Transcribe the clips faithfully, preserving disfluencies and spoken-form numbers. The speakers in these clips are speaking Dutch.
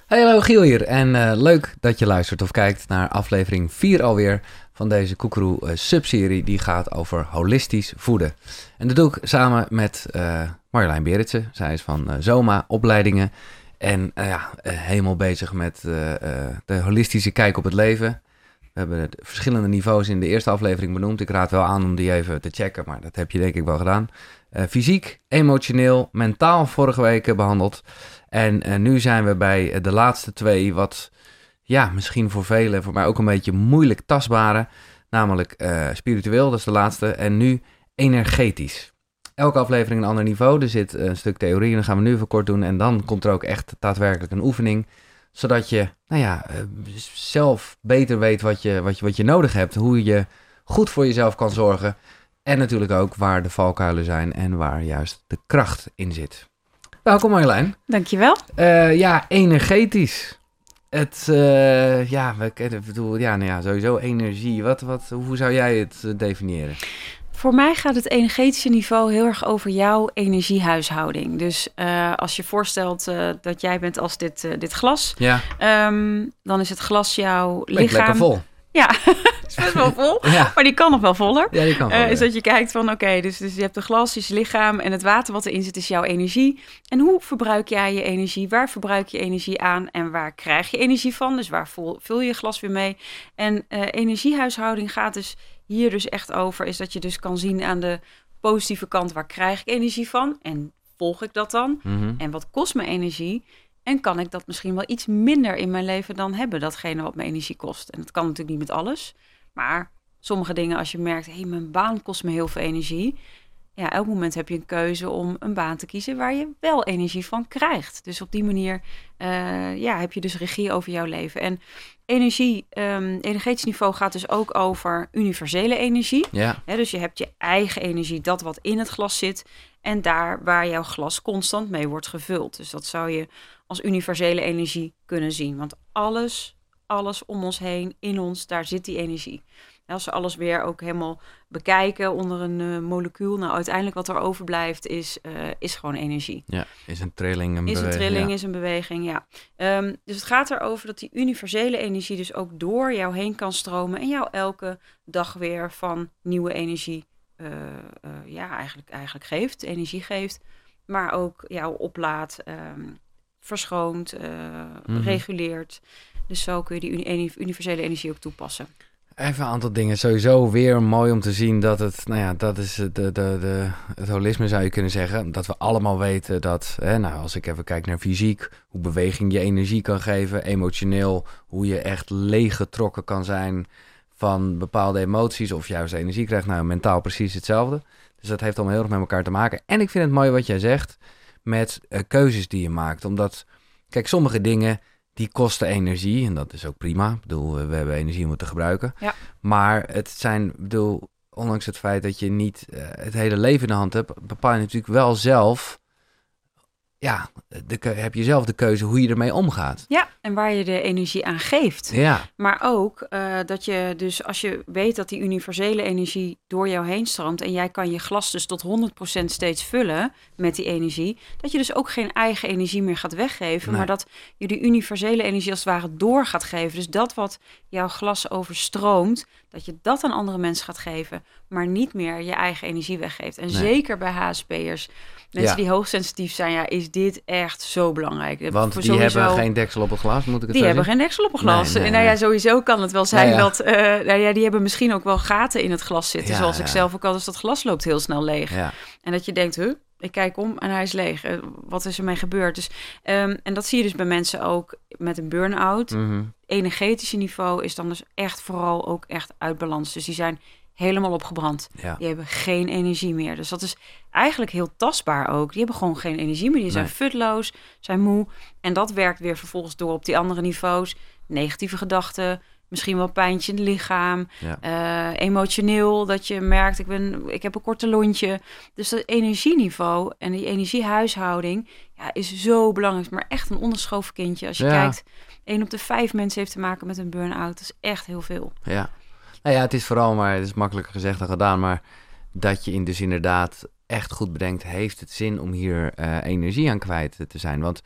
Hey, hallo, Giel hier en uh, leuk dat je luistert of kijkt naar aflevering vier alweer van deze Koekeroe uh, subserie die gaat over holistisch voeden. En dat doe ik samen met uh, Marjolein Beritsen. Zij is van uh, Zoma Opleidingen en uh, ja, uh, helemaal bezig met uh, uh, de holistische kijk op het leven. We hebben de verschillende niveaus in de eerste aflevering benoemd. Ik raad wel aan om die even te checken, maar dat heb je denk ik wel gedaan. Uh, fysiek, emotioneel, mentaal vorige week behandeld. En uh, nu zijn we bij uh, de laatste twee, wat ja, misschien voor velen, voor mij ook een beetje moeilijk tastbare. Namelijk uh, spiritueel, dat is de laatste. En nu energetisch. Elke aflevering een ander niveau. Er zit een stuk theorie en dat gaan we nu even kort doen. En dan komt er ook echt daadwerkelijk een oefening. Zodat je nou ja, uh, zelf beter weet wat je, wat, je, wat je nodig hebt. Hoe je goed voor jezelf kan zorgen. En natuurlijk ook waar de valkuilen zijn en waar juist de kracht in zit. Welkom Marjolein. Dankjewel. Uh, ja, energetisch. Het, uh, ja, ik bedoel, ja, nou ja, sowieso energie. Wat, wat, hoe zou jij het uh, definiëren? Voor mij gaat het energetische niveau heel erg over jouw energiehuishouding. Dus uh, als je voorstelt uh, dat jij bent als dit, uh, dit glas, ja. um, dan is het glas jouw lichaam. Lekker lekker vol. Ja, het is best wel vol, ja. Maar die kan nog wel voller. Ja, die kan voller. Uh, is dat je kijkt van, oké, okay, dus, dus je hebt een glas, is je lichaam en het water wat erin zit is jouw energie. En hoe verbruik jij je energie? Waar verbruik je energie aan en waar krijg je energie van? Dus waar vul, vul je glas weer mee? En uh, energiehuishouding gaat dus hier dus echt over, is dat je dus kan zien aan de positieve kant, waar krijg ik energie van? En volg ik dat dan? Mm-hmm. En wat kost me energie? En kan ik dat misschien wel iets minder in mijn leven dan hebben, datgene wat me energie kost. En dat kan natuurlijk niet met alles. Maar sommige dingen, als je merkt, hé, hey, mijn baan kost me heel veel energie. Ja, elk moment heb je een keuze om een baan te kiezen waar je wel energie van krijgt. Dus op die manier uh, ja, heb je dus regie over jouw leven. En energie, um, energetisch niveau gaat dus ook over universele energie. Ja. He, dus je hebt je eigen energie, dat wat in het glas zit. En daar waar jouw glas constant mee wordt gevuld. Dus dat zou je als universele energie kunnen zien. Want alles, alles om ons heen, in ons, daar zit die energie. En als we alles weer ook helemaal bekijken onder een uh, molecuul, nou uiteindelijk wat er overblijft is, uh, is gewoon energie. Ja, is een trilling, een is beweging. Is een trilling, ja. is een beweging, ja. Um, dus het gaat erover dat die universele energie dus ook door jou heen kan stromen en jou elke dag weer van nieuwe energie uh, uh, ja, eigenlijk, eigenlijk geeft, energie geeft, maar ook jou oplaadt, um, verschoont, uh, mm-hmm. reguleert. Dus zo kun je die uni- universele energie ook toepassen. Even een aantal dingen. Sowieso weer mooi om te zien dat het, nou ja, dat is de, de, de, het holisme zou je kunnen zeggen. Dat we allemaal weten dat, hè, nou, als ik even kijk naar fysiek, hoe beweging je energie kan geven, emotioneel, hoe je echt leeggetrokken kan zijn van bepaalde emoties of juist energie krijgt. Nou, mentaal precies hetzelfde. Dus dat heeft allemaal heel erg met elkaar te maken. En ik vind het mooi wat jij zegt met uh, keuzes die je maakt. Omdat, kijk, sommige dingen die kosten energie en dat is ook prima. Ik bedoel, we hebben energie om het te gebruiken. Ja. Maar het zijn, ik bedoel, ondanks het feit dat je niet uh, het hele leven in de hand hebt, bepaal je natuurlijk wel zelf, ja, de, heb je zelf de keuze hoe je ermee omgaat. Ja, en waar je de energie aan geeft. Ja. Maar ook uh, dat je dus, als je weet dat die universele energie door jou heen stroomt en jij kan je glas dus tot honderd procent steeds vullen met die energie, dat je dus ook geen eigen energie meer gaat weggeven, nee. maar dat je die universele energie als het ware door gaat geven. Dus dat wat jouw glas overstroomt, dat je dat aan andere mensen gaat geven, maar niet meer je eigen energie weggeeft. En nee. Zeker bij H S P'ers, mensen ja. die hoogsensitief zijn, ja, is dit echt zo belangrijk. Want Voor die sowieso, hebben geen deksel op het glas, moet ik het Die hebben zeggen? geen deksel op een glas. Nee, nee, en nou ja, nee. sowieso kan het wel zijn ja, ja. dat, uh, nou ja, die hebben misschien ook wel gaten in het glas zitten. Ja, zoals ja. ik zelf ook al, dus dat glas loopt heel snel leeg. Ja. En dat je denkt, huh, ik kijk om en hij is leeg. Uh, wat is er mee gebeurd? Dus, um, en dat zie je dus bij mensen ook met een burn-out. Mm-hmm. Energetische niveau is dan dus echt vooral ook echt uit balans. Dus die zijn helemaal opgebrand. Ja. Die hebben geen energie meer. Dus dat is eigenlijk heel tastbaar ook. Die hebben gewoon geen energie meer. Die zijn nee. futloos, zijn moe. En dat werkt weer vervolgens door op die andere niveaus. Negatieve gedachten, misschien wel pijntje in het lichaam. Ja. Uh, emotioneel, dat je merkt, ik, ben, ik heb een korte lontje. Dus dat energieniveau en die energiehuishouding ja, is zo belangrijk. Maar echt een onderschoven kindje. Als je ja. kijkt, één op de vijf mensen heeft te maken met een burn-out. Dat is echt heel veel. Ja. Nou ja, het is vooral maar, het is makkelijker gezegd dan gedaan, maar dat je in dus inderdaad echt goed bedenkt, heeft het zin om hier uh, energie aan kwijt te zijn? Want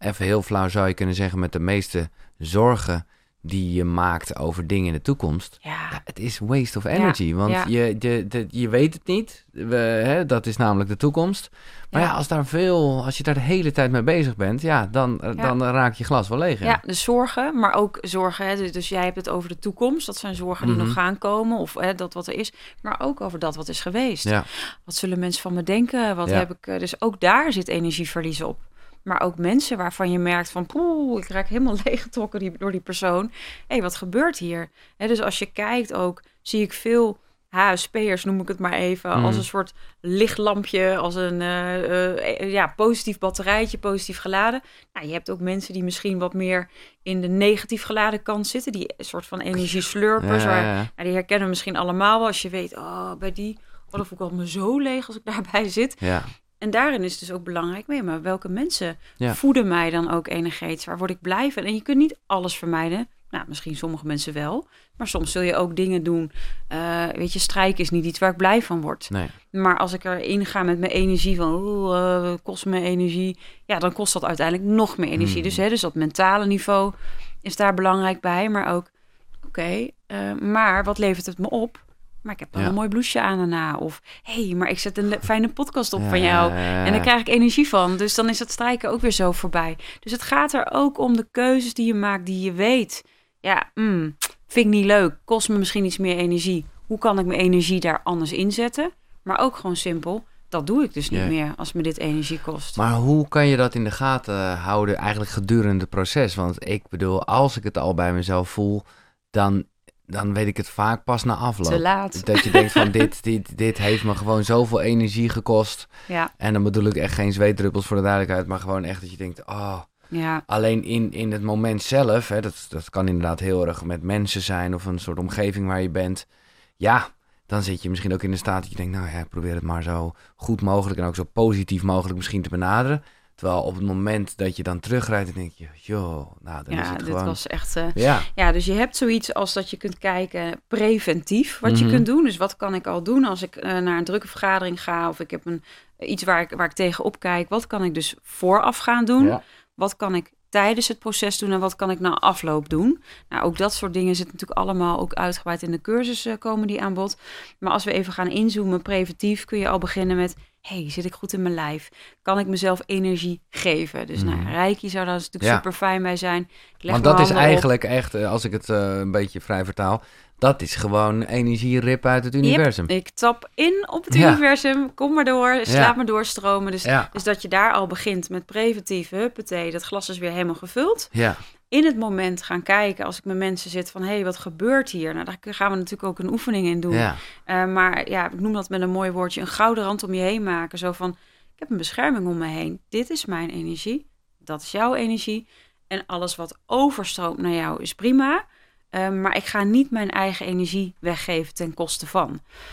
even heel flauw zou je kunnen zeggen, met de meeste zorgen die je maakt over dingen in de toekomst. Ja. Ja, het is waste of energy. Ja, want ja. Je, de, de, je weet het niet. We, hè, dat is namelijk de toekomst. Maar ja. ja, als daar veel, als je daar de hele tijd mee bezig bent, ja, dan, ja. dan raak je glas wel leeg. Hè? Ja, de zorgen, maar ook zorgen. Hè, dus, dus jij hebt het over de toekomst. Dat zijn zorgen die mm-hmm. nog gaan komen. Of hè, dat wat er is. Maar ook over dat wat is geweest. Ja. Wat zullen mensen van me denken? Wat ja. heb ik? Dus ook daar zit energieverlies op. Maar ook mensen waarvan je merkt van... poeh, ik raak helemaal leeggetrokken die, door die persoon. Hé, hey, wat gebeurt hier? He, dus als je kijkt ook, zie ik veel H S P'ers, noem ik het maar even... Mm. als een soort lichtlampje, als een uh, uh, ja, positief batterijtje, positief geladen. Nou, je hebt ook mensen die misschien wat meer in de negatief geladen kant zitten. Die soort van energieslurpers. Ja, ja, ja. Waar, nou, die herkennen we misschien allemaal wel als je weet... oh, bij die, oh, dan voel ik al me zo leeg als ik daarbij zit... Ja. En daarin is het dus ook belangrijk mee, maar welke mensen ja. voeden mij dan ook energetisch? Waar word ik blij van? En je kunt niet alles vermijden. Nou, misschien sommige mensen wel. Maar soms zul je ook dingen doen. Uh, weet je, strijken is niet iets waar ik blij van word. Nee. Maar als ik erin ga met mijn energie van... oh, uh, kost me energie. Ja, dan kost dat uiteindelijk nog meer energie. Hmm. Dus, hè, dus dat mentale niveau is daar belangrijk bij. Maar ook, oké, okay, uh, maar wat levert het me op? Maar ik heb dan ja. een mooi blouseje aan daarna. Of, hé, hey, maar ik zet een le- fijne podcast op ja, van jou. Ja, ja. En daar krijg ik energie van. Dus dan is dat strijken ook weer zo voorbij. Dus het gaat er ook om de keuzes die je maakt, die je weet. Ja, mm, vind ik niet leuk. Kost me misschien iets meer energie. Hoe kan ik mijn energie daar anders inzetten? Maar ook gewoon simpel. Dat doe ik dus niet ja. meer als me dit energie kost. Maar hoe kan je dat in de gaten houden eigenlijk gedurende het proces? Want ik bedoel, als ik het al bij mezelf voel, dan... dan weet ik het vaak pas na afloop. Te laat. Dat je denkt van dit, dit, dit heeft me gewoon zoveel energie gekost. Ja. En dan bedoel ik echt geen zweetdruppels voor de duidelijkheid. Maar gewoon echt dat je denkt, oh. Ja. Alleen in, in het moment zelf, hè, dat, dat kan inderdaad heel erg met mensen zijn. Of een soort omgeving waar je bent. Ja, dan zit je misschien ook in de staat dat je denkt, nou ja, probeer het maar zo goed mogelijk. En ook zo positief mogelijk misschien te benaderen. Terwijl op het moment dat je dan terugrijdt, dan denk je, joh, nou, dan ja, is het dit gewoon... was echt... Uh, ja. ja, dus je hebt zoiets als dat je kunt kijken preventief wat mm-hmm. je kunt doen. Dus wat kan ik al doen als ik uh, naar een drukke vergadering ga... of ik heb een, iets waar ik, waar ik tegenop kijk. Wat kan ik dus vooraf gaan doen? Ja. Wat kan ik tijdens het proces doen en wat kan ik na afloop doen? Nou, ook dat soort dingen zitten natuurlijk allemaal ook uitgebreid in de cursus uh, komen die aan bod. Maar als we even gaan inzoomen preventief, kun je al beginnen met... hey, zit ik goed in mijn lijf? Kan ik mezelf energie geven? Dus mm. nou, Reiki zou daar natuurlijk ja. super fijn bij zijn. Ik leg Want dat is eigenlijk op. echt, als ik het uh, een beetje vrij vertaal... dat is gewoon energierip uit het universum. Yep, ik tap in op het ja. universum. Kom maar door, slaat ja. maar doorstromen. Dus, ja. dus dat je daar al begint met preventief. Huppatee, dat glas is weer helemaal gevuld. Ja. In het moment gaan kijken, als ik met mensen zit van... hé, hey, wat gebeurt hier? Nou, daar gaan we natuurlijk ook een oefening in doen. Ja. Uh, maar ja, ik noem dat met een mooi woordje... een gouden rand om je heen maken. Zo van, ik heb een bescherming om me heen. Dit is mijn energie. Dat is jouw energie. En alles wat overstroomt naar jou is prima... Uh, maar ik ga niet mijn eigen energie weggeven ten koste van.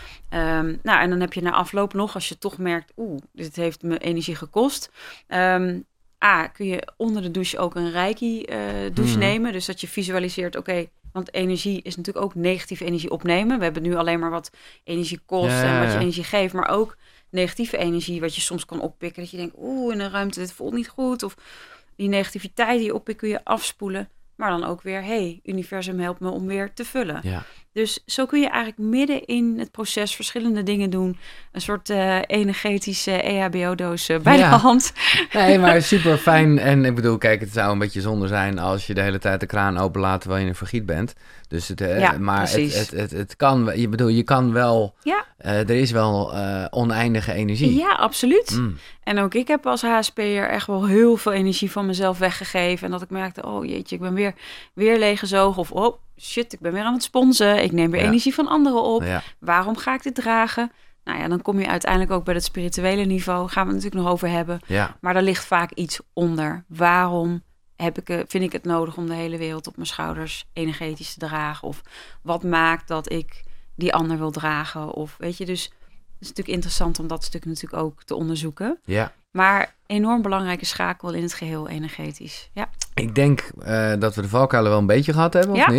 Um, nou, en dan heb je na afloop nog, als je toch merkt... oeh, dit heeft me energie gekost... Um, A, kun je onder de douche ook een Reiki-douche uh, mm. nemen. Dus dat je visualiseert, oké... Okay, want energie is natuurlijk ook negatieve energie opnemen. We hebben nu alleen maar wat energie kost ja, en wat je ja. energie geeft... maar ook negatieve energie, wat je soms kan oppikken. Dat je denkt, oeh, in een ruimte, dit voelt niet goed. Of die negativiteit die je oppikt, kun je afspoelen... Maar dan ook weer, hey, universum helpt me om weer te vullen. Ja. Dus zo kun je eigenlijk midden in het proces verschillende dingen doen. Een soort uh, energetische E H B O-doos uh, bij ja. de hand. Nee, maar super fijn. En ik bedoel, kijk, het zou een beetje zonde zijn als je de hele tijd de kraan openlaat terwijl je in een vergiet bent. Dus het, uh, ja, maar het, het, het, het kan, je bedoel, je kan wel, ja. uh, er is wel uh, oneindige energie. Ja, absoluut. Mm. En ook ik heb als H S P'er echt wel heel veel energie van mezelf weggegeven. En dat ik merkte, oh jeetje, ik ben weer, weer leeggezogen. Of oh shit, ik ben weer aan het sponsen. Ik neem weer ja. energie van anderen op. Ja. Waarom ga ik dit dragen? Nou ja, dan kom je uiteindelijk ook bij het spirituele niveau. Gaan we het natuurlijk nog over hebben. Ja. Maar er ligt vaak iets onder. Waarom heb ik, vind ik het nodig om de hele wereld op mijn schouders energetisch te dragen? Of wat maakt dat ik die ander wil dragen? Of weet je, dus... Het is natuurlijk interessant om dat stuk natuurlijk ook te onderzoeken. Ja. Maar enorm belangrijke schakel in het geheel energetisch. Ja. Ik denk uh, dat we de valkuilen wel een beetje gehad hebben, ja. of niet?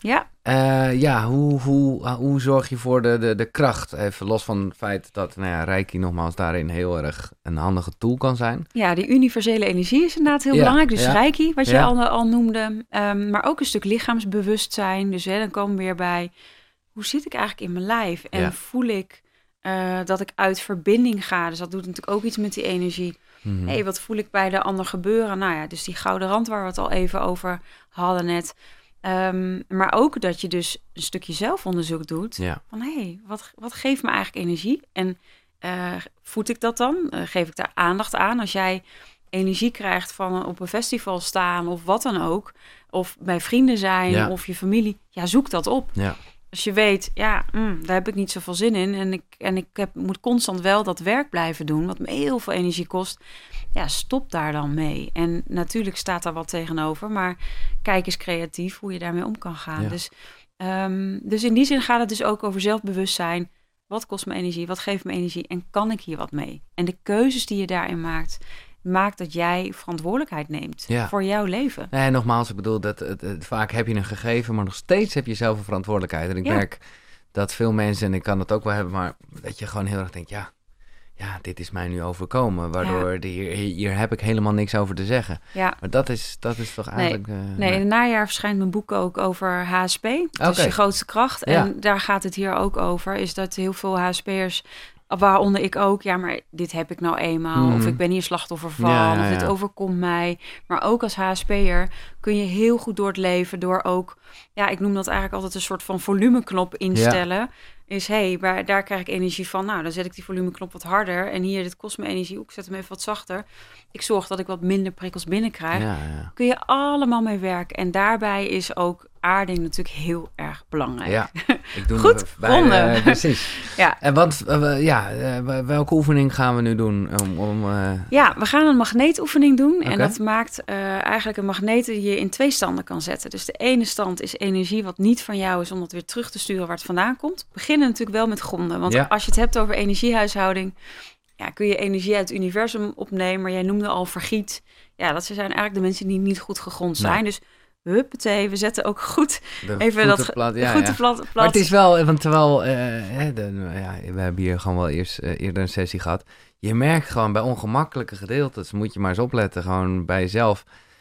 Ja. Uh, ja, hoe, hoe, hoe zorg je voor de, de, de kracht? Even los van het feit dat nou ja, Reiki nogmaals daarin heel erg een handige tool kan zijn. Ja, die universele energie is inderdaad heel ja, belangrijk. Dus ja. Reiki, wat je ja. al, al noemde. Um, maar ook een stuk lichaamsbewustzijn. Dus hè, dan komen we weer bij, hoe zit ik eigenlijk in mijn lijf? En ja. voel ik uh, dat ik uit verbinding ga? Dus dat doet natuurlijk ook iets met die energie. Mm-hmm. Hé, hey, wat voel ik bij de ander gebeuren? Nou ja, dus die gouden rand waar we het al even over hadden net. Um, maar ook dat je dus een stukje zelfonderzoek doet. Ja. Van hé, hey, wat, wat geeft me eigenlijk energie? En uh, voed ik dat dan? Uh, geef ik daar aandacht aan? Als jij energie krijgt van op een festival staan of wat dan ook. Of bij vrienden zijn ja. of je familie. Ja, zoek dat op. Ja. Als je weet, ja, mm, daar heb ik niet zoveel zin in. En ik, en ik heb, moet constant wel dat werk blijven doen. Wat me heel veel energie kost. Ja, stop daar dan mee. En natuurlijk staat daar wat tegenover. Maar kijk eens creatief hoe je daarmee om kan gaan. Ja. Dus, um, dus in die zin gaat het dus ook over zelfbewustzijn. Wat kost me energie? Wat geeft me energie? En kan ik hier wat mee? En de keuzes die je daarin maakt, maakt dat jij verantwoordelijkheid neemt ja. voor jouw leven. Nee, nogmaals, ik bedoel, dat, het, het, vaak heb je een gegeven, maar nog steeds heb je zelf een verantwoordelijkheid. En ik ja. merk dat veel mensen, en ik kan dat ook wel hebben, maar dat je gewoon heel erg denkt, ja, ja, dit is mij nu overkomen, waardoor ja. de, hier, hier heb ik helemaal niks over te zeggen. Ja. Maar dat is, dat is toch eigenlijk... Nee, uh, nee, nee. in het najaar verschijnt mijn boek ook over H S P. Dat is okay. je grootste kracht. Ja. En daar gaat het hier ook over, is dat heel veel H S P'ers, waaronder ik ook, ja, maar dit heb ik nou eenmaal. Mm. Of ik ben hier slachtoffer van, ja, ja, ja. of dit overkomt mij. Maar ook als H S P'er kun je heel goed door het leven, door ook, ja, ik noem dat eigenlijk altijd een soort van volumeknop instellen. Ja. Is, hé, hey, daar krijg ik energie van. Nou, dan zet ik die volumeknop wat harder. En hier, dit kost me energie. Oek, ik zet hem even wat zachter. Ik zorg dat ik wat minder prikkels binnenkrijg. Ja, ja. Kun je allemaal mee werken. En daarbij is ook aarding natuurlijk heel erg belangrijk. Ja, ik doe goed, bij, uh, precies. ja. En wat, uh, ja, uh, welke oefening gaan we nu doen? Om, om, uh... Ja, we gaan een magneetoefening doen. Okay. En dat maakt uh, eigenlijk een magneet die je in twee standen kan zetten. Dus de ene stand is energie wat niet van jou is, om dat weer terug te sturen waar het vandaan komt. We beginnen natuurlijk wel met gronden. Want ja. als je het hebt over energiehuishouding, ja, kun je energie uit het universum opnemen. Maar jij noemde al vergiet. Ja, dat zijn eigenlijk de mensen die niet goed gegrond zijn. Nee. Dus huppatee, we zetten ook goed de even dat plat, ja, goed ja. plat, plat. Maar het is wel, want terwijl, uh, hè, de, ja, we hebben hier gewoon wel eerst uh, eerder een sessie gehad. Je merkt gewoon bij ongemakkelijke gedeeltes, moet je maar eens opletten, gewoon bij jezelf,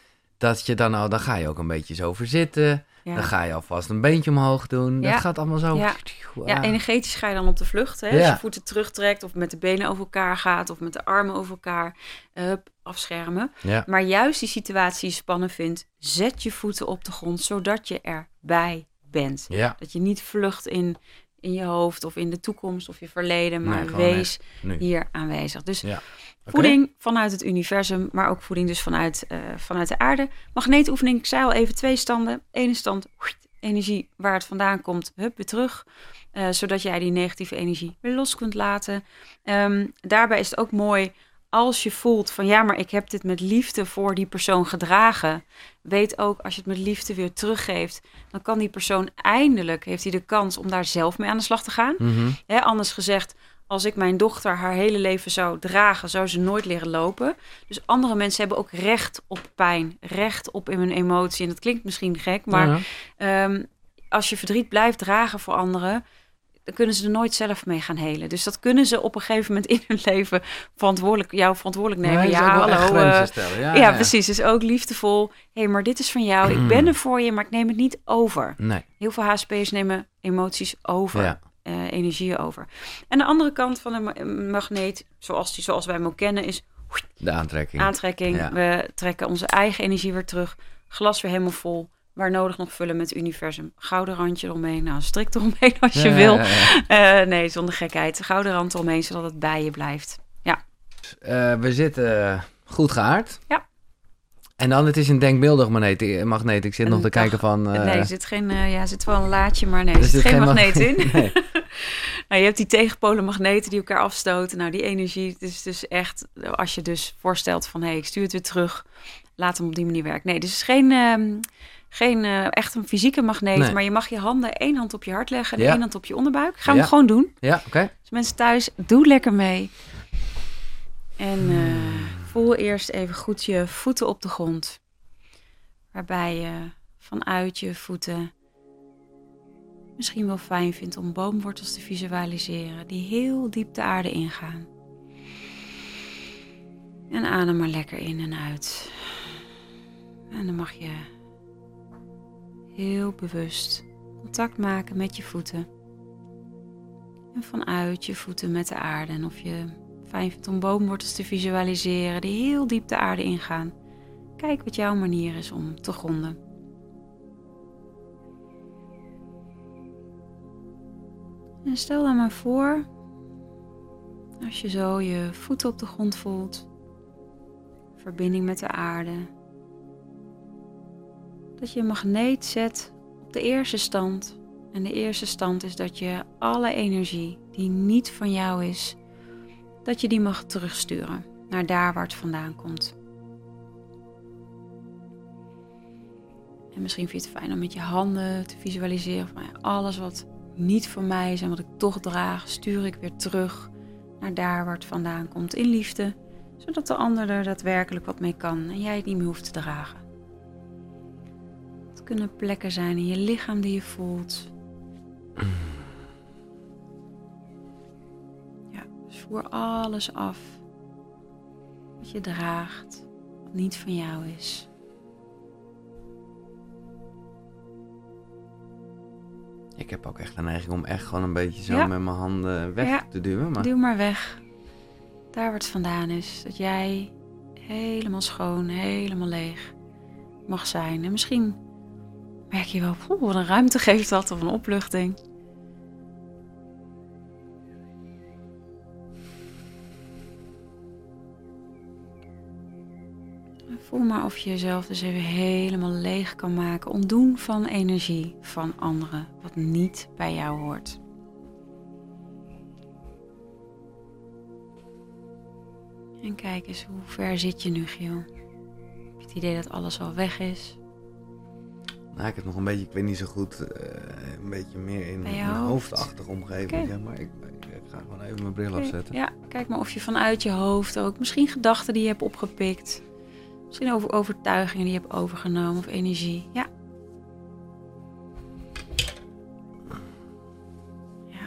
dat je dan al, dan ga je ook een beetje zo verzitten. Ja. Dan ga je alvast een beentje omhoog doen. Ja. Dat gaat allemaal zo. Ja. ja, energetisch ga je dan op de vlucht. Hè? Ja. Als je voeten terugtrekt of met de benen over elkaar gaat of met de armen over elkaar uh, afschermen. Ja. Maar juist die situatie die je spannend vindt, zet je voeten op de grond zodat je erbij bent. Ja. Dat je niet vlucht in, in je hoofd of in de toekomst of je verleden, maar nee, wees nee. hier aanwezig. Dus ja. voeding okay. vanuit het universum, maar ook voeding dus vanuit, uh, vanuit de aarde. Magneetoefening, ik zei al even twee standen. Ene stand, energie waar het vandaan komt, hup, weer terug. Uh, zodat jij die negatieve energie weer los kunt laten. Um, daarbij is het ook mooi als je voelt van ja, maar ik heb dit met liefde voor die persoon gedragen. Weet ook, als je het met liefde weer teruggeeft, dan kan die persoon eindelijk, heeft hij de kans om daar zelf mee aan de slag te gaan. Mm-hmm. He, anders gezegd, als ik mijn dochter haar hele leven zou dragen, zou ze nooit leren lopen. Dus andere mensen hebben ook recht op pijn, recht op in hun emotie. En dat klinkt misschien gek, maar ja. um, als je verdriet blijft dragen voor anderen, dan kunnen ze er nooit zelf mee gaan helen. Dus dat kunnen ze op een gegeven moment in hun leven verantwoordelijk, jou verantwoordelijk nemen. Ja, ja, hallo. Uh, stellen. Ja, ja, ja, precies. Dus ook liefdevol. Hé, hey, maar dit is van jou. Ik ben er voor je, maar ik neem het niet over. Nee. Heel veel H S P'ers nemen emoties over. Ja. Uh, energieën over. En de andere kant van een ma- magneet, zoals, die, zoals wij hem ook kennen, is de aantrekking. Aantrekking. Ja. We trekken onze eigen energie weer terug. Glas weer helemaal vol. Waar nodig nog vullen met het universum. Gouden randje eromheen. Nou, strik eromheen als je ja, wil. Ja, ja. Uh, nee, zonder gekheid. Gouden rand eromheen, zodat het bij je blijft. Ja. Uh, we zitten goed geaard. Ja. En dan, het is een denkbeeldig magneet. magneet. Ik zit een nog te dag, kijken van... Uh... Nee, er zit geen... Uh, ja, er zit wel een laadje, maar nee, er, er zit, zit geen magneet mag... in. Nee. Nou, je hebt die tegenpolen magneten die elkaar afstoten. Nou, die energie, het is dus echt... Als je dus voorstelt van, hé, hey, ik stuur het weer terug. Laat hem op die manier werken. Nee, dus het is geen... Um, Geen uh, echt een fysieke magneet, nee. Maar je mag je handen, één hand op je hart leggen en ja. één hand op je onderbuik. Gaan we ja. gewoon doen. Ja, oké. Okay. Dus mensen thuis, doe lekker mee. En uh, voel eerst even goed je voeten op de grond. Waarbij je vanuit je voeten misschien wel fijn vindt om boomwortels te visualiseren die heel diep de aarde ingaan. En adem maar lekker in en uit. En dan mag je heel bewust contact maken met je voeten. En vanuit je voeten met de aarde. En of je fijn vindt om boomwortels te visualiseren die heel diep de aarde ingaan. Kijk wat jouw manier is om te gronden. En stel dan maar voor, als je zo je voeten op de grond voelt, verbinding met de aarde, dat je een magneet zet op de eerste stand. En de eerste stand is dat je alle energie die niet van jou is, dat je die mag terugsturen naar daar waar het vandaan komt. En misschien vind je het fijn om met je handen te visualiseren van ja, alles wat niet van mij is en wat ik toch draag, stuur ik weer terug naar daar waar het vandaan komt in liefde, zodat de ander er daadwerkelijk wat mee kan en jij het niet meer hoeft te dragen. Het kunnen plekken zijn in je lichaam die je voelt. Ja, dus voer alles af wat je draagt, wat niet van jou is. Ik heb ook echt een neiging om echt gewoon een beetje zo Ja. met mijn handen weg Ja, te duwen. Maar... Duw maar weg. Daar waar het vandaan is. Dat jij helemaal schoon, helemaal leeg mag zijn. En misschien merk je wel, poeh, wat een ruimte geeft dat of een opluchting. En voel maar of je jezelf dus even helemaal leeg kan maken. Ontdoen van energie van anderen. Wat niet bij jou hoort. En kijk eens, hoe ver zit je nu, Giel? Heb je het idee dat alles al weg is? Nou, ik heb nog een beetje, ik weet niet zo goed, uh, een beetje meer in Bij je een hoofd? hoofdachtige omgeving. Oké. Zeg maar ik, ik, ik ga gewoon even mijn bril Oké, afzetten. ja, kijk maar of je vanuit je hoofd ook misschien gedachten die je hebt opgepikt. Misschien over overtuigingen die je hebt overgenomen of energie. Ja. Ja.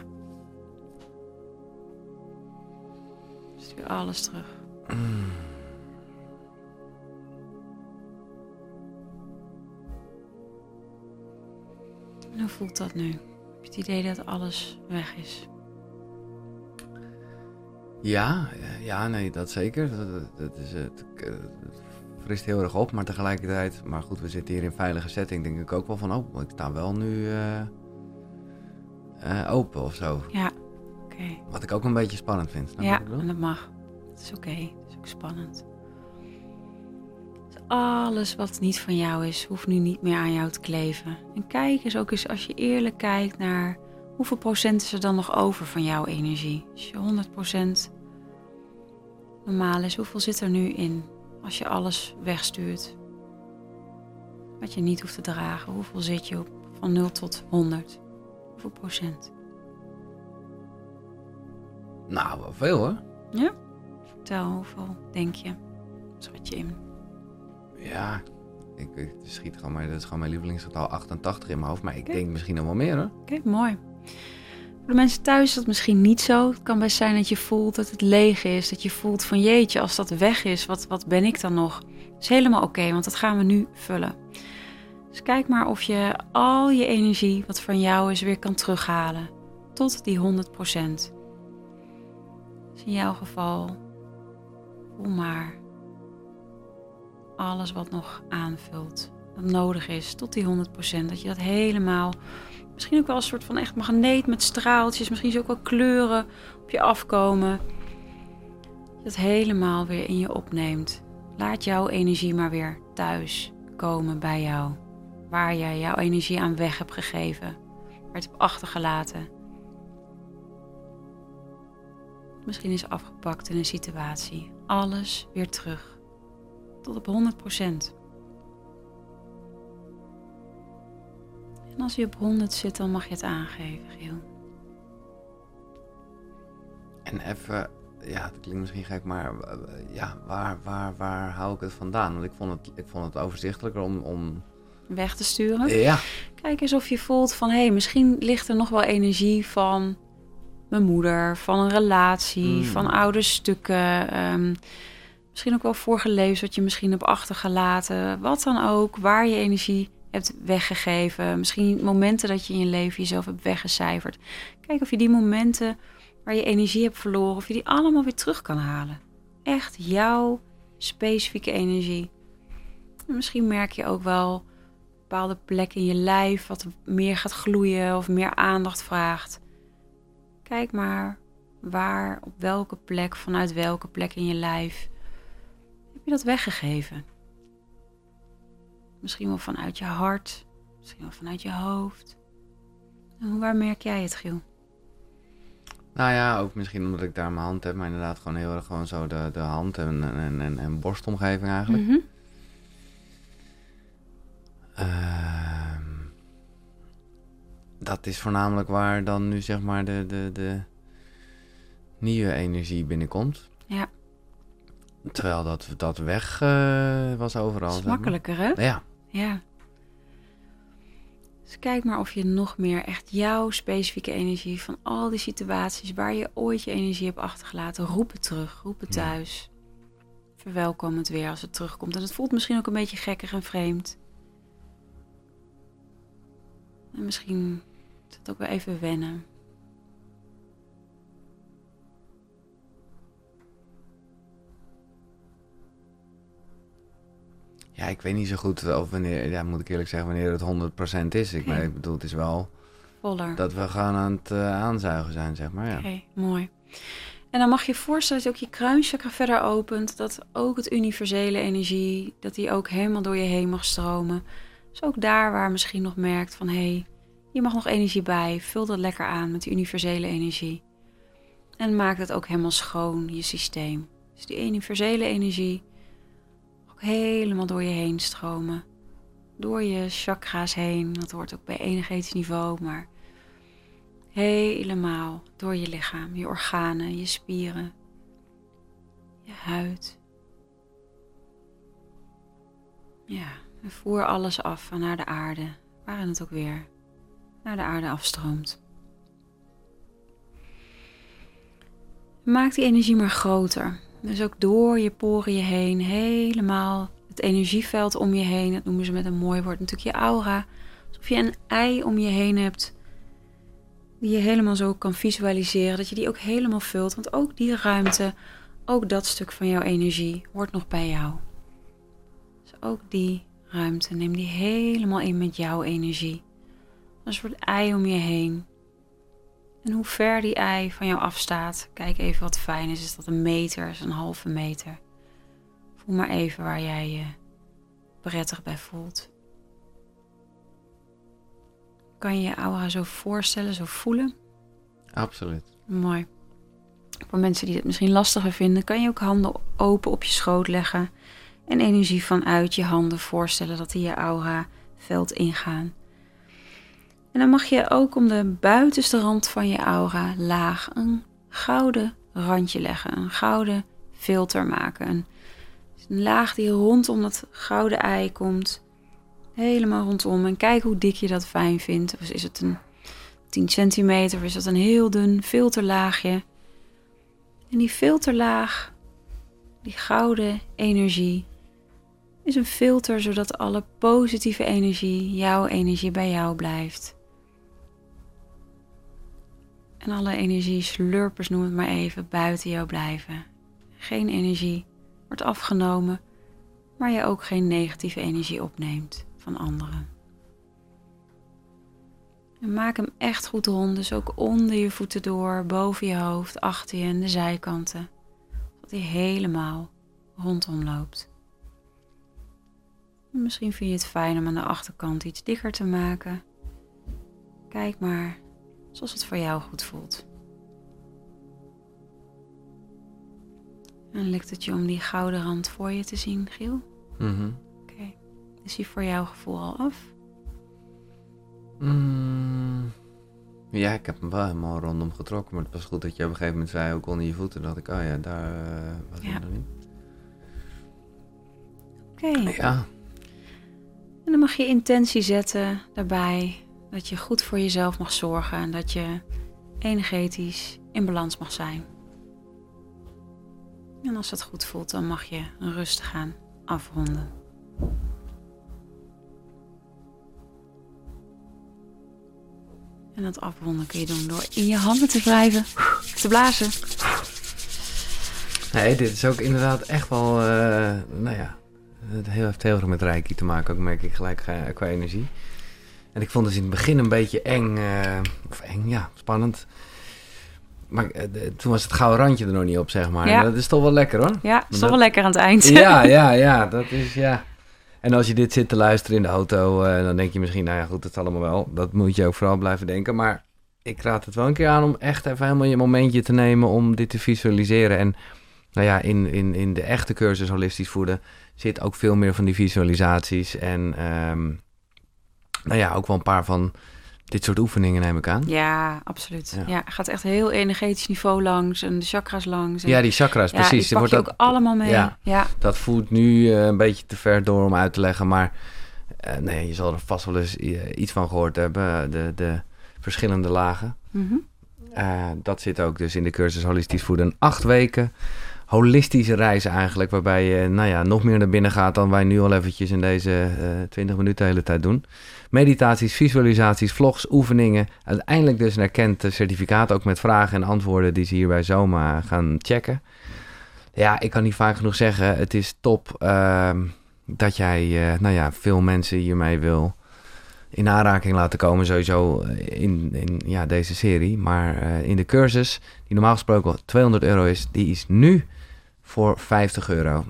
Stuur alles terug. En hoe voelt dat nu? Heb je het idee dat alles weg is? Ja, ja, nee, dat zeker. Dat, dat, dat is, het, het frist heel erg op, maar tegelijkertijd... Maar goed, we zitten hier in veilige setting, denk ik ook wel van... Oh, ik sta wel nu uh, uh, open of zo. Ja, oké. Okay. Wat ik ook een beetje spannend vind. Snap Ja, wat ik bedoel? en dat mag. Het is oké, okay. Het is ook spannend. Dus alles wat niet van jou is, hoeft nu niet meer aan jou te kleven. En kijk eens ook eens, als je eerlijk kijkt naar... Hoeveel procent is er dan nog over van jouw energie? Als je honderd procent normaal is, hoeveel zit er nu in? Als je alles wegstuurt. Wat je niet hoeft te dragen. Hoeveel zit je op van nul tot honderd? Hoeveel procent? Nou, wel veel hoor. Ja? Vertel, hoeveel denk je? Schat je in? Ja, ik, ik schiet gewoon maar, dat is gewoon mijn lievelingsgetal achtentachtig in mijn hoofd. Maar ik Oké. denk misschien nog wel meer hoor. Oké, okay, mooi. Voor de mensen thuis is dat misschien niet zo. Het kan best zijn dat je voelt dat het leeg is. Dat je voelt van jeetje, als dat weg is, wat, wat ben ik dan nog? Dat is helemaal oké, okay, want dat gaan we nu vullen. Dus kijk maar of je al je energie wat van jou is weer kan terughalen. Tot die honderd procent. Dus in jouw geval, voel maar alles wat nog aanvult. Wat nodig is tot die honderd procent. Dat je dat helemaal... Misschien ook wel een soort van echt magneet met straaltjes. Misschien zo ook wel kleuren op je afkomen. Dat je dat helemaal weer in je opneemt. Laat jouw energie maar weer thuis komen bij jou. Waar jij jouw energie aan weg hebt gegeven. Waar je het hebt achtergelaten. Misschien is afgepakt in een situatie. Alles weer terug. Tot op honderd procent. En als je op honderd zit, dan mag je het aangeven, Giel. En even, ja, dat klinkt misschien gek, maar ja, waar, waar, waar hou ik het vandaan? Want ik vond het, ik vond het overzichtelijker om, om weg te sturen. Ja. Kijk eens of je voelt van... hé, hey, misschien ligt er nog wel energie van mijn moeder... van een relatie, Mm. van oude stukken... Um, misschien ook wel vorige levens wat je misschien hebt achtergelaten. Wat dan ook, waar je energie hebt weggegeven. Misschien momenten dat je in je leven jezelf hebt weggecijferd. Kijk of je die momenten waar je energie hebt verloren... of je die allemaal weer terug kan halen. Echt jouw specifieke energie. En misschien merk je ook wel... bepaalde plekken in je lijf wat meer gaat gloeien of meer aandacht vraagt. Kijk maar waar, op welke plek, vanuit welke plek in je lijf heb je dat weggegeven. Misschien wel vanuit je hart, misschien wel vanuit je hoofd. En waar merk jij het, Giel? Nou ja, ook misschien omdat ik daar mijn hand heb, maar inderdaad gewoon heel erg gewoon zo de, de hand en, en, en, en borstomgeving eigenlijk. Mm-hmm. Uh, dat is voornamelijk waar dan nu zeg maar de, de, de nieuwe energie binnenkomt. Ja. Terwijl dat, dat weg uh, was overal. Dat is makkelijker, hè? Ja. Ja. Dus kijk maar of je nog meer echt jouw specifieke energie... van al die situaties waar je ooit je energie hebt achtergelaten... roep het terug, roep het thuis. Ja. Verwelkom het weer als het terugkomt. En het voelt misschien ook een beetje gekkig en vreemd... En misschien is het ook weer even wennen. Ja, ik weet niet zo goed of wanneer, ja, moet ik eerlijk zeggen, wanneer het honderd procent is. Ik, Okay. ik bedoel, het is wel voller. Dat we gewoon aan het uh, aanzuigen zijn, zeg maar. Ja. Oké, okay, mooi. En dan mag je je voorstellen dat je ook je kruinchakra verder opent. Dat ook het universele energie, dat die ook helemaal door je heen mag stromen. Dus ook daar waar misschien nog merkt van... hé, hey, je mag nog energie bij. Vul dat lekker aan met die universele energie. En maak het ook helemaal schoon, je systeem. Dus die universele energie ook helemaal door je heen stromen. Door je chakra's heen. Dat hoort ook bij energetisch niveau, maar... helemaal door je lichaam, je organen, je spieren, je huid. Ja, en voer alles af naar de aarde, waarin het ook weer naar de aarde afstroomt. Maak die energie maar groter. Dus ook door je poriën heen, helemaal het energieveld om je heen. Dat noemen ze met een mooi woord natuurlijk je aura. Alsof je een ei om je heen hebt. Die je helemaal zo kan visualiseren. Dat je die ook helemaal vult. Want ook die ruimte, ook dat stuk van jouw energie hoort nog bij jou. Dus ook die ruimte, neem die helemaal in met jouw energie. Een soort ei om je heen. En hoe ver die ei van jou afstaat. Kijk even wat fijn is. Is dat een meter? Is dat een halve meter? Voel maar even waar jij je prettig bij voelt. Kan je je aura zo voorstellen, zo voelen? Absoluut. Mooi. Voor mensen die het misschien lastiger vinden, kan je ook handen open op je schoot leggen. En energie vanuit je handen voorstellen dat die je aura veld ingaan. En dan mag je ook om de buitenste rand van je aura laag een gouden randje leggen. Een gouden filter maken. Een, een laag die rondom dat gouden ei komt. Helemaal rondom. En kijk hoe dik je dat fijn vindt. Of is het een tien centimeter of is dat een heel dun filterlaagje. En die filterlaag, die gouden energie, is een filter zodat alle positieve energie, jouw energie bij jou blijft. En alle energieslurpers, noem het maar even, buiten jou blijven. Geen energie wordt afgenomen, maar je ook geen negatieve energie opneemt van anderen. En maak hem echt goed rond, dus ook onder je voeten door, boven je hoofd, achter je en de zijkanten. Dat hij helemaal rondom loopt. En misschien vind je het fijn om aan de achterkant iets dikker te maken. Kijk maar zoals het voor jou goed voelt. En lukt het je om die gouden rand voor je te zien, Giel? Mm-hmm. Oké, okay. Is die voor jouw gevoel al af? Mm, ja, ik heb hem wel helemaal rondom getrokken. Maar het was goed dat je op een gegeven moment zei, ook onder je voeten. Dat ik, oh ja, daar uh, was ja. ik nog niet. Oké. Okay. Ja. En dan mag je intentie zetten daarbij. Dat je goed voor jezelf mag zorgen. En dat je energetisch in balans mag zijn. En als dat goed voelt, dan mag je rustig gaan afronden. En dat afronden kun je doen door in je handen te wrijven, te blazen. Nee, dit is ook inderdaad echt wel, uh, nou ja, het heeft heel erg met Reiki te maken, ook merk ik gelijk uh, qua energie. En ik vond het in het begin een beetje eng, uh, of eng, ja, spannend. Maar uh, de, toen was het gouden randje er nog niet op, zeg maar. Ja. Dat is toch wel lekker, hoor. Ja, dat is dat, toch wel lekker aan het eind. Ja, ja, ja, dat is, ja. En als je dit zit te luisteren in de auto, uh, dan denk je misschien, nou ja, goed, dat is allemaal wel. Dat moet je ook vooral blijven denken. Maar ik raad het wel een keer aan om echt even helemaal je momentje te nemen om dit te visualiseren. En nou ja, in, in, in de echte cursus Holistisch Voeden zit ook veel meer van die visualisaties. En um, nou ja, ook wel een paar van dit soort oefeningen neem ik aan. Ja, absoluut. Ja. Ja, gaat echt heel energetisch niveau langs en de chakras langs. En Ja, die chakras, ja, precies. die pak je ook, ook allemaal mee. Ja, ja. Dat voelt nu uh, een beetje te ver door om uit te leggen. Maar uh, nee, je zal er vast wel eens uh, iets van gehoord hebben. De, de verschillende lagen. Mm-hmm. Uh, dat zit ook dus in de cursus Holistisch Voeden. Acht weken holistische reis eigenlijk. Waarbij je nou ja, nog meer naar binnen gaat dan wij nu al eventjes in deze uh, twintig minuten de hele tijd doen. Meditaties, visualisaties, vlogs, oefeningen. Uiteindelijk dus een erkend certificaat. Ook met vragen en antwoorden die ze hier bij Zoma gaan checken. Ja, ik kan niet vaak genoeg zeggen. Het is top uh, dat jij uh, nou ja, veel mensen hiermee wil in aanraking laten komen. Sowieso in, in ja, deze serie. Maar uh, in de cursus, die normaal gesproken tweehonderd euro is, die is nu voor vijftig euro.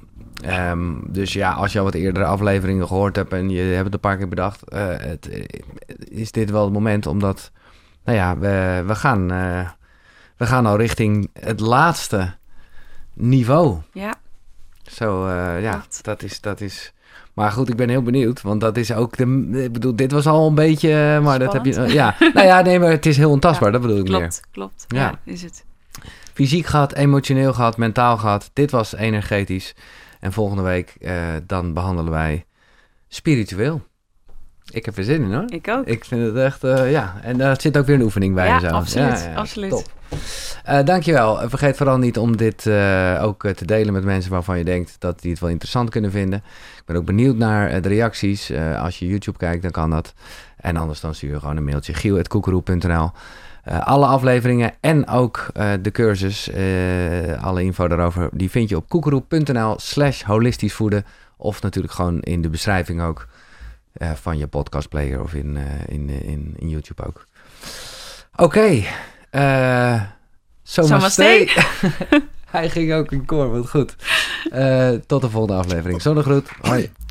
Um, dus ja, als je al wat eerdere afleveringen gehoord hebt en je hebt het een paar keer bedacht, uh, het, is dit wel het moment omdat, nou ja, we, we, gaan, uh, we gaan al richting het laatste niveau. Ja. Zo, uh, ja, dat is, dat is... Maar goed, ik ben heel benieuwd, want dat is ook de... Ik bedoel, dit was al een beetje, maar spannend. Dat heb je... Uh, ja, nou ja, nee, maar het is heel ontastbaar, ja, dat bedoel ik klopt, meer. Klopt, klopt. Ja. Ja, is het. Fysiek gehad, emotioneel gehad, mentaal gehad. Dit was energetisch. En volgende week, uh, dan behandelen wij spiritueel. Ik heb er zin in, hoor. Ik ook. Ik vind het echt, uh, ja. En daar uh, zit ook weer een oefening bij. Ja, en zo. absoluut. Ja, ja, absoluut. Top. Uh, dankjewel. Vergeet vooral niet om dit uh, ook uh, te delen met mensen waarvan je denkt dat die het wel interessant kunnen vinden. Ik ben ook benieuwd naar uh, de reacties. Uh, als je YouTube kijkt, dan kan dat. En anders dan stuur je gewoon een mailtje. giel at koekeroe punt n l. Uh, alle afleveringen en ook uh, de cursus, uh, alle info daarover, die vind je op koekeroe punt n l slash holistisch voeden. Of natuurlijk gewoon in de beschrijving ook uh, van je podcastplayer of in, uh, in, in, in YouTube ook. Oké. Okay. Uh, Zomaste. Hij ging ook in koor, wat goed. Uh, tot de volgende aflevering. Zonnegroet. Hoi.